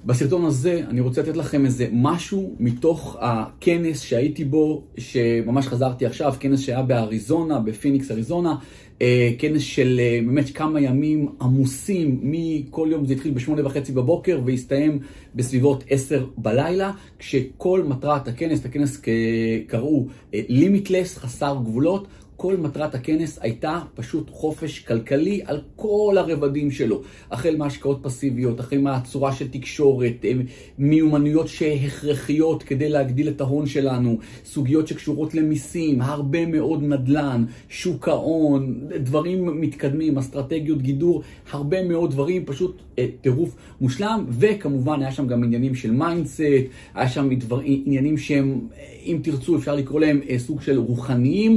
בסרטון הזה אני רוצה לתת לכם איזה משהו מתוך הכנס שהייתי בו, שממש חזרתי עכשיו, כנס שהיה באריזונה, בפיניקס אריזונה, כנס של באמת כמה ימים עמוסים, מכל יום זה התחיל ב8:30 בבוקר והסתיים בסביבות 10 בלילה, כשכל מטרת הכנס, הכנס קראו לימיטלס, חסר גבולות, כל מטרת הכנס הייתה פשוט חופש כלכלי על כל הרבדים שלו. החל מהשקעות פסיביות, החל מהצורה של תקשורת, מיומנויות שהכרחיות כדי להגדיל את ההון שלנו, סוגיות שקשורות למיסים, הרבה מאוד נדל"ן, שוק ההון, דברים מתקדמים, אסטרטגיות גידור, הרבה מאוד דברים, פשוט טירוף מושלם. וכמובן היה שם גם עניינים של מיינדסט, היה שם עניינים שהם, אם תרצו אפשר לקרוא להם סוג של רוחניים,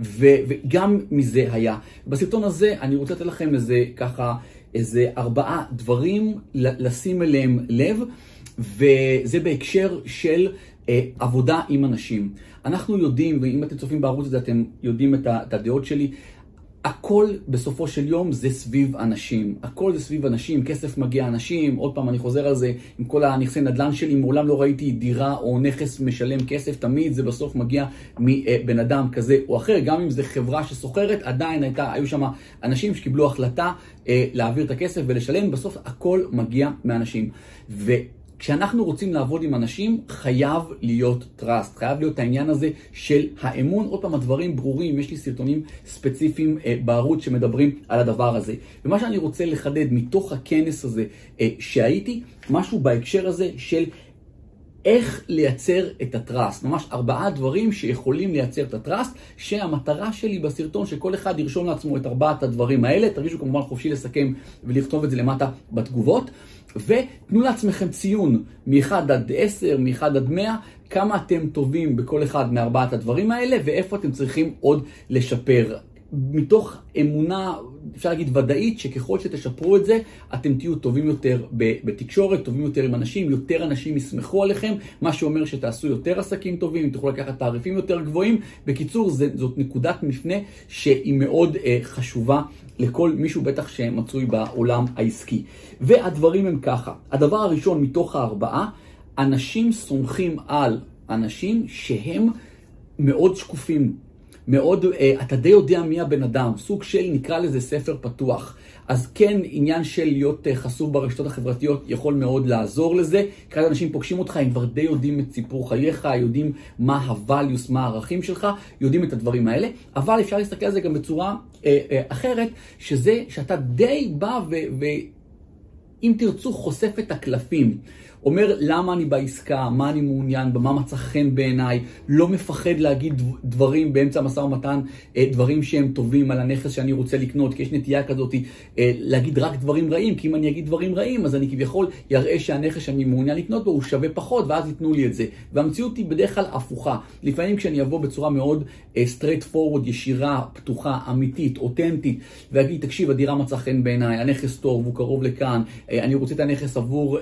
וגם מזה היה. בסרטון הזה אני רוצה לתת לכם איזה 4 דברים לשים אליהם לב, וזה בהקשר של עבודה עם אנשים. אנחנו יודעים, ואם אתם צופים בערוץ הזה אתם יודעים את הדעות שלי, הכל בסופו של יום זה סביב אנשים. הכל זה סביב אנשים, כסף מגיע אנשים. עוד פעם, אני חוזר על זה, עם כל הנכסי נדל"ן שלי, מעולם לא ראיתי דירה או נכס משלם כסף, תמיד זה בסוף מגיע מבן אדם כזה או אחר. גם אם זה חברה שסוחרת, עדיין היו שם אנשים שקיבלו החלטה להעביר את הכסף ולשלם. בסוף הכל מגיע מאנשים. כשאנחנו רוצים לעבוד עם אנשים, חייב להיות טראסט, חייב להיות העניין הזה של האמון. עוד פעם, הדברים ברורים, יש לי סרטונים ספציפיים בערוץ שמדברים על הדבר הזה. ומה שאני רוצה לחדד מתוך הכנס הזה שהייתי, משהו בהקשר הזה של איך לייצר את הטראסט. ממש 4 דברים שיכולים לייצר את הטראסט, שהמטרה שלי בסרטון שכל אחד ירשום לעצמו את 4 הדברים האלה. תרגישו כמובן חופשי לסכם ולכתוב את זה למטה בתגובות. ותנו לעצמכם ציון מ-1 עד 10, מ-1 עד 100, כמה אתם טובים בכל אחד מ4 הדברים האלה, ואיפה אתם צריכים עוד לשפר. מתוך אמונה, אפשר להגיד ודאית, שככל שתשפרו את זה, אתם תהיו טובים יותר בתקשורת, טובים יותר עם אנשים, יותר אנשים יסמכו עליכם, מה שאומר שתעשו יותר עסקים טובים, תוכלו לקחת תעריפים יותר גבוהים. בקיצור, זאת נקודת מפנה שהיא מאוד חשובה לכל מישהו בטח שמצוי בעולם העסקי. והדברים הם ככה. הדבר הראשון מתוך 4, אנשים סומכים על אנשים שהם מאוד שקופים. מאוד, אתה די יודע מי הבן אדם, סוג של נקרא לזה ספר פתוח. אז כן, עניין של להיות חשוף ברשתות החברתיות יכול מאוד לעזור לזה. כאלה אנשים פוגשים אותך, הם כבר די יודעים את סיפור חייך, יודעים מה הווליוס, מה הערכים שלך, יודעים את הדברים האלה. אבל אפשר להסתכל על זה גם בצורה אחרת, שזה שאתה די בא ואם תרצו חושף את הקלפים. אומר למה אני בעסקה, מה אני מעוניין, במה מצא חן בעיניי, לא מפחד להגיד דברים באמצע המשא ומתן, דברים שהם טובים על הנכס שאני רוצה לקנות, כי יש נטייה כזאת להגיד רק דברים רעים, כי אם אני אגיד דברים רעים, אז אני כביכול יראה שהנכס שאני מעוניין לקנות בו הוא שווה פחות, ואז ייתנו לי את זה. והמציאות היא בדרך כלל הפוכה. לפעמים כשאני אבוא בצורה מאוד straight forward, ישירה, פתוחה, אמיתית, אותנטית, ואגיד, תקשיב, הדירה מצא חן בעיניי, הנכס טוב, הוא קרוב לכאן, אני רוצה את הנכס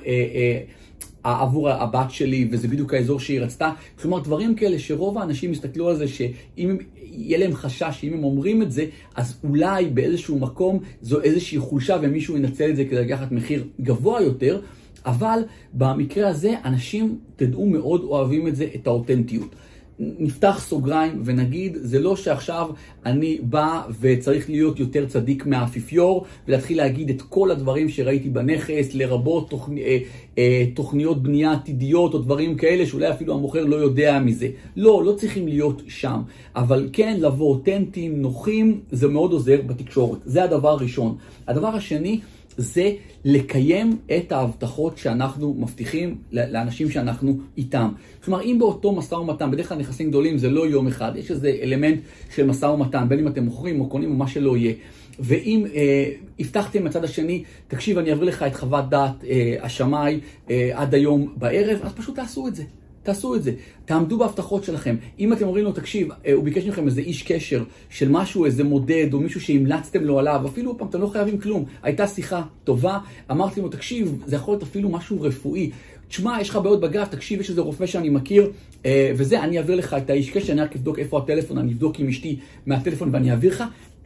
עבור הבת שלי, וזה בדיוק האזור שהיא רצתה. כלומר, דברים כאלה שרוב האנשים יסתכלו על זה, שאם יהיה להם חשש, שאם הם אומרים את זה, אז אולי באיזשהו מקום זו איזושהי חולשה, ומישהו ינצל את זה כדי לקחת מחיר גבוה יותר. אבל במקרה הזה, אנשים תדעו מאוד אוהבים את זה, את האותנטיות. נפתח סוגריים ונגיד, זה לא שעכשיו אני בא וצריך להיות יותר צדיק מהאפיפיור ולהתחיל להגיד את כל הדברים שראיתי בנכס, לרבות תוכניות בנייה עתידיות או דברים כאלה שאולי אפילו המוכר לא יודע מזה. לא צריכים להיות שם, אבל כן לבוא אותנטיים, נוחים, זה מאוד עוזר בתקשורת. זה הדבר הראשון. הדבר השני, זה לקיים את ההבטחות שאנחנו מבטיחים לאנשים שאנחנו איתם. כלומר, אם באותו משא ומתן, בדרך כלל נכסים גדולים זה לא יום אחד, יש איזה אלמנט של משא ומתן, בין אם אתם מוכרים או קונים או מה שלא יהיה. ואם הבטחתם מצד השני, תקשיב, אני אעביר לך את חוות דעת השמאי עד היום בערב, אז פשוט תעשו את זה. תעשו את זה, תעמדו בהבטחות שלכם. אם אתם אומרים לו, תקשיב, הוא ביקש מכם איזה איש קשר של משהו, איזה מודד, או מישהו שהמלצתם לו עליו, אפילו פעם, אתם לא חייבים כלום. הייתה שיחה טובה, אמרתי לו, תקשיב, זה יכול להיות אפילו משהו רפואי. תשמע, יש לך בעיות בגב, תקשיב, יש איזה רופא שאני מכיר, וזה, אני אעביר לך את האיש קשר, אני רק אבדוק איפה הטלפון, אני אבדוק עם אשתי מהטלפון ואני אעביר לך.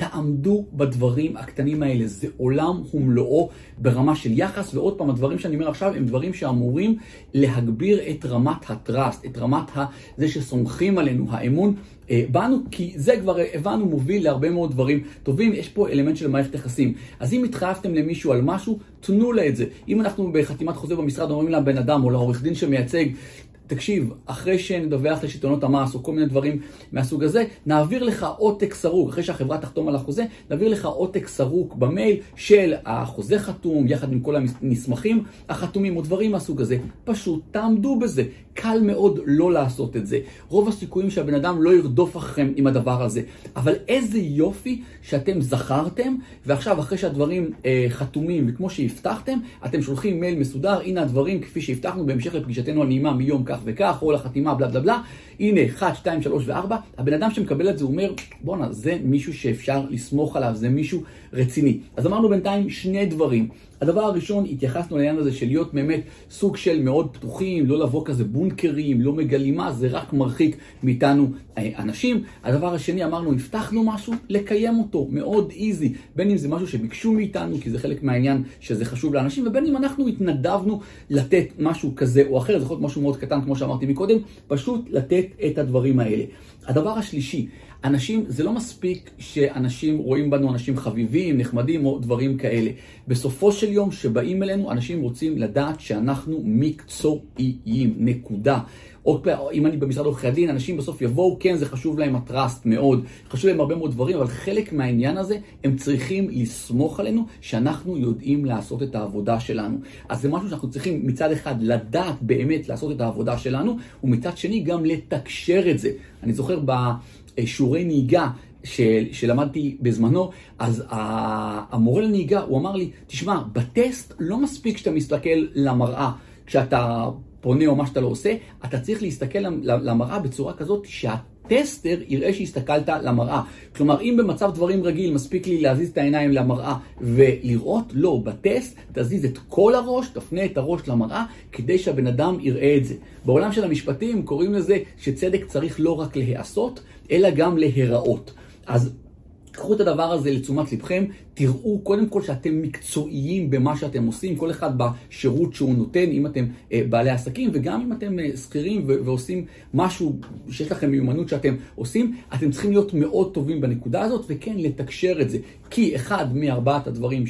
תעמדו בדברים הקטנים האלה, זה עולם ומלואו ברמה של יחס, ועוד פעם, הדברים שאני אומר עכשיו הם דברים שאמורים להגביר את רמת הטראסט, את רמת זה שסומכים עלינו, האמון בנו, כי זה כבר הבנו מוביל להרבה מאוד דברים טובים. יש פה אלמנט של מערכת יחסים. אז אם התחייבתם למישהו על משהו, תנו לה את זה. אם אנחנו בחתימת חוזה במשרד אומרים לבן אדם או לעורך דין שמייצג, תקשיב, אחרי שנדווח לשלטונות המס או כל מיני דברים מהסוג הזה, נעביר לך עותק סרוק, אחרי שהחברה תחתום על החוזה, נעביר לך עותק סרוק במייל של החוזה חתום, יחד עם כל המסמכים החתומים או דברים מהסוג הזה. פשוט תעמדו בזה. קל מאוד לא לעשות את זה. רוב הסיכויים שהבן אדם לא ירדוף אחריכם עם הדבר הזה. אבל איזה יופי שאתם זכרתם, ועכשיו אחרי שהדברים חתומים וכמו שהבטחתם, אתם שולחים מייל מסודר, הנה הדברים כפי שהבטחנו בהמשך לפגישתנו הנעימה מיום כך וכך, או לחתימה בלה בלה בלה, הנה 1, 2, 3 ו-4, הבן אדם שמקבל את זה אומר, בוא'נה, זה מישהו שאפשר לסמוך עליו, זה מישהו רציני. אז אמרנו בינתיים שני דברים. הדבר הראשון, התייחסנו לעניין הזה של להיות באמת סוג של מאוד פתוחים, לא לבוא כזה בונקרים, לא מגלימה, זה רק מרחיק מאיתנו אנשים. הדבר השני, אמרנו, הבטחנו משהו, לקיים אותו, מאוד איזי, בין אם זה משהו שביקשו מאיתנו, כי זה חלק מהעניין שזה חשוב לאנשים, ובין אם אנחנו התנדבנו לתת משהו כזה או אחר, זה יכול להיות משהו מאוד קטן, כמו שאמרתי מקודם, פשוט לתת את הדברים האלה. הדבר השלישי, אנשים, זה לא מספיק שאנשים רואים בנו אנשים חביבים, נחמדים או דברים כאלה. בסופו של יום שבאים אלינו, אנשים רוצים לדעת שאנחנו מקצועיים, נקודה. עוד פעם, אם אני במשרד עורכי הדין, אנשים בסוף יבואו, כן, זה חשוב להם הטראסט מאוד, חשוב להם הרבה מאוד דברים, אבל חלק מהעניין הזה, הם צריכים לסמוך עלינו שאנחנו יודעים לעשות את העבודה שלנו. אז זה משהו שאנחנו צריכים מצד אחד לדעת באמת לעשות את העבודה שלנו, ומצד שני גם לתקשר את זה. אני זוכר בשיעורי נהיגה שלמדתי בזמנו, אז המורה לנהיגה, הוא אמר לי, תשמע, בטסט לא מספיק שאתה מסתכל למראה, כשאתה פונה או מה שאתה לא עושה, אתה צריך להסתכל למראה בצורה כזאת שהטסטר יראה שהסתכלת למראה. כלומר, אם במצב דברים רגיל מספיק לי להזיז את העיניים למראה ולראות, לא, בטסט תזיז את כל הראש, תפנה את הראש למראה, כדי שהבן אדם יראה את זה. בעולם של המשפטים קוראים לזה שצדק צריך לא רק להיעשות, אלא גם להיראות. אז קחו את הדבר הזה לתשומת לבכם, תראו קודם כל שאתם מקצועיים במה שאתם עושים, כל אחד בשירות שהוא נותן, אם אתם בעלי עסקים, וגם אם אתם שכירים ועושים משהו שיש לכם מיומנות שאתם עושים, אתם צריכים להיות מאוד טובים בנקודה הזאת, וכן לתקשר את זה. כי אחד מארבעת הדברים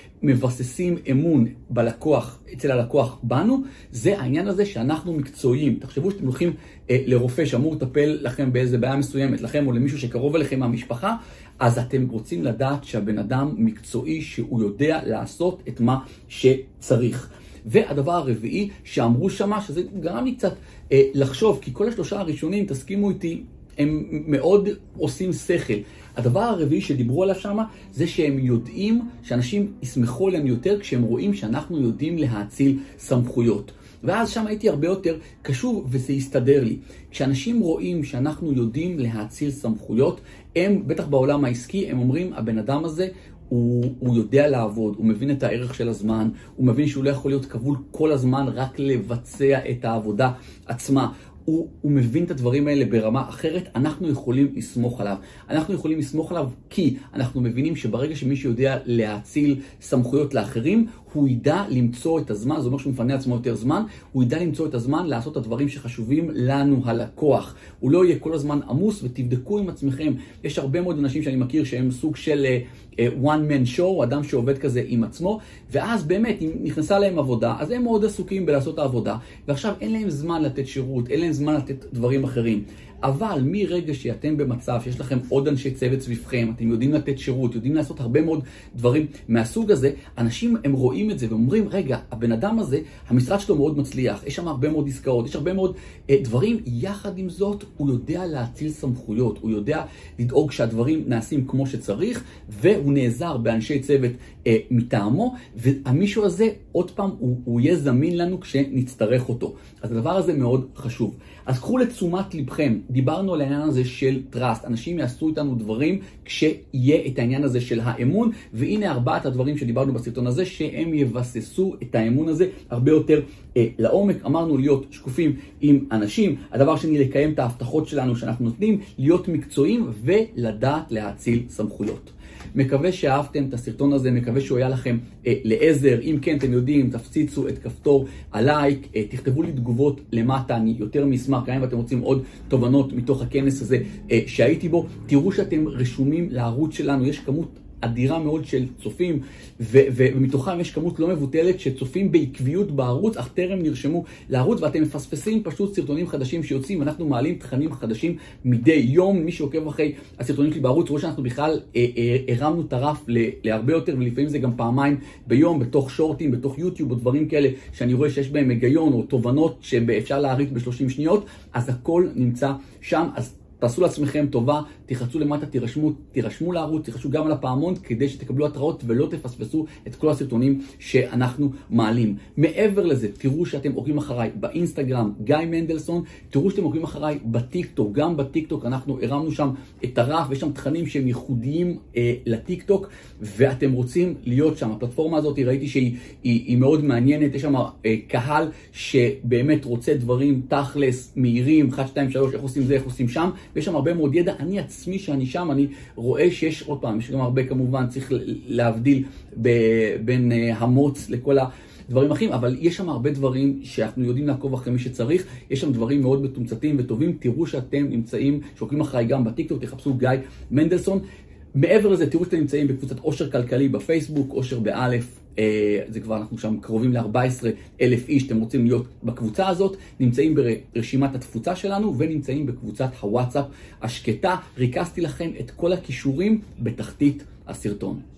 שמבססים אמון בלקוח, אצל הלקוח בנו, זה העניין הזה שאנחנו מקצועיים. תחשבו שאתם הולכים לרופא שאמור לטפל לכם באיזה בעיה מסוימת, לכם או למישהו שקרוב אליכם מהמשפחה, אז אתם רוצים לדעת שהבן אדם מקצועי, שהוא יודע לעשות את מה שצריך. והדבר הרביעי שאמרו שמה, שזה גרם לי קצת לחשוב, כי כל השלושה הראשונים, תסכימו איתי, הם מאוד עושים שכל. הדבר הרביעי שדיברו עליו שמה, זה שהם יודעים שאנשים יסמכו עליהם יותר, כשהם רואים שאנחנו יודעים להאציל סמכויות. ואז שם הייתי הרבה יותר קשוב, וזה יסתדר לי. כשאנשים רואים שאנחנו יודעים להאציל סמכויות, הם, בטח בעולם העסקי, הם אומרים, הבן אדם הזה, הוא יודע לעבוד, הוא מבין את הערך של הזמן, הוא מבין שהוא לא יכול להיות כבול כל הזמן רק לבצע את העבודה עצמה. הוא מבין את הדברים האלה ברמה אחרת, אנחנו יכולים לסמוך עליו. אנחנו יכולים לסמוך עליו כי אנחנו מבינים שברגע שמישהו יודע להאציל סמכויות לאחרים, הוא ידע למצוא את הזמן, זאת אומרת שהוא מפנה עצמו יותר זמן, הוא ידע למצוא את הזמן לעשות את הדברים שחשובים לנו, הלקוח. הוא לא יהיה כל הזמן עמוס, ותבדקו עם עצמכם. יש הרבה מאוד אנשים שאני מכיר שהם סוג של one man show, אדם שעובד כזה עם עצמו, ואז באמת, אם נכנסה להם עבודה, אז הם מאוד עסוקים בלעשות העבודה, ועכשיו אין להם זמן לתת שירות, אין להם זמן לתת דברים אחרים. אבל מרגע שאתם במצב שיש לכם עוד אנשי צוות סביבכם, אתם יודעים לתת שירות, יודעים לעשות הרבה מאוד דברים מהסוג הזה, אנשים הם רואים את זה ואומרים, רגע, הבן אדם הזה, המשרד שלו מאוד מצליח, יש שם הרבה מאוד עסקאות, יש הרבה מאוד דברים, יחד עם זאת, הוא יודע להציל סמכויות, הוא יודע לדאוג שהדברים נעשים כמו שצריך, והוא נעזר באנשי צוות מטעמו, והמישהו הזה, עוד פעם, הוא יהיה זמין לנו כשנצטרך אותו. אז הדבר הזה מאוד חשוב. אז קחו לתשומת לבכם, דיברנו על העניין הזה של טראסט, אנשים יעשו איתנו דברים כשיהיה את העניין הזה של האמון, והנה ארבעת הדברים שדיברנו בסרטון הזה, שהם יבססו את האמון הזה הרבה יותר לעומק. אמרנו להיות שקופים עם אנשים, הדבר שני לקיים את ההבטחות שלנו שאנחנו נותנים, להיות מקצועיים ולדעת להאציל סמכויות. מקווה שאהבתם את הסרטון הזה, מקווה שהוא היה לכם לעזר. אם כן, אתם יודעים, תפציצו את כפתור הלייק, תכתבו לי תגובות למטה, אני יותר משמח, גם אם אתם רוצים עוד תובנות מתוך הכנס הזה שהייתי בו. תראו שאתם רשומים לערוץ שלנו, יש כמות אדירה מאוד של צופים, ומתוכם יש כמות לא מבוטלת שצופים בעקביות בערוץ, אך טרם נרשמו לערוץ, ואתם מפספסים פשוט סרטונים חדשים שיוצאים. אנחנו מעלים תכנים חדשים מדי יום. מי שעוקב אחרי הסרטונים שלי בערוץ רואה שאנחנו בכלל הרמנו את הרף להרבה יותר, ולפעמים זה גם פעמיים ביום, בתוך שורטים, בתוך יוטיוב, או דברים כאלה שאני רואה שיש בהם היגיון, או תובנות שאפשר להריץ ב-30 שניות, אז הכל נמצא שם. אז תעשו לעצמכם טובה, תחצו למטה, תירשמו לערוץ, תחשו גם על הפעמון כדי שתקבלו התראות ולא תפספסו את כל הסרטונים שאנחנו מעלים. מעבר לזה, תראו שאתם עוקבים אחריי באינסטגרם, גיא מנדלסון, תראו שאתם עוקבים אחריי בטיקטוק, גם בטיקטוק אנחנו הרמנו שם את הרף, ויש שם תכנים שהם ייחודיים לטיקטוק, ואתם רוצים להיות שם. הפלטפורמה הזאת, ראיתי שהיא מאוד מעניינת, יש שם קהל שבאמת רוצה דברים תכלס, מהירים, 1, 2, 3, איך עושים זה, איך עושים שם, ויש שם הרבה מאוד ידע. אני עצמי שאני שם, אני רואה שיש, עוד פעם, יש גם הרבה כמובן, צריך להבדיל בין המוץ לכל הדברים אחרים, אבל יש שם הרבה דברים שאנחנו יודעים לעקוב אחרי מי שצריך. יש שם דברים מאוד מתומצתים וטובים. תראו שאתם נמצאים, שעוקבים אחריי גם בטיקטוק, תחפשו גיא מנדלסון. מעבר לזה, תראו שאתם נמצאים בקבוצת עושר כלכלי בפייסבוק, עושר באלף, זה כבר אנחנו שם קרובים ל-14,000 איש, אתם רוצים להיות בקבוצה הזאת, נמצאים ברשימת התפוצה שלנו, ונמצאים בקבוצת הוואטסאפ השקטה. ריכזתי לכם את כל הכישורים בתחתית הסרטון.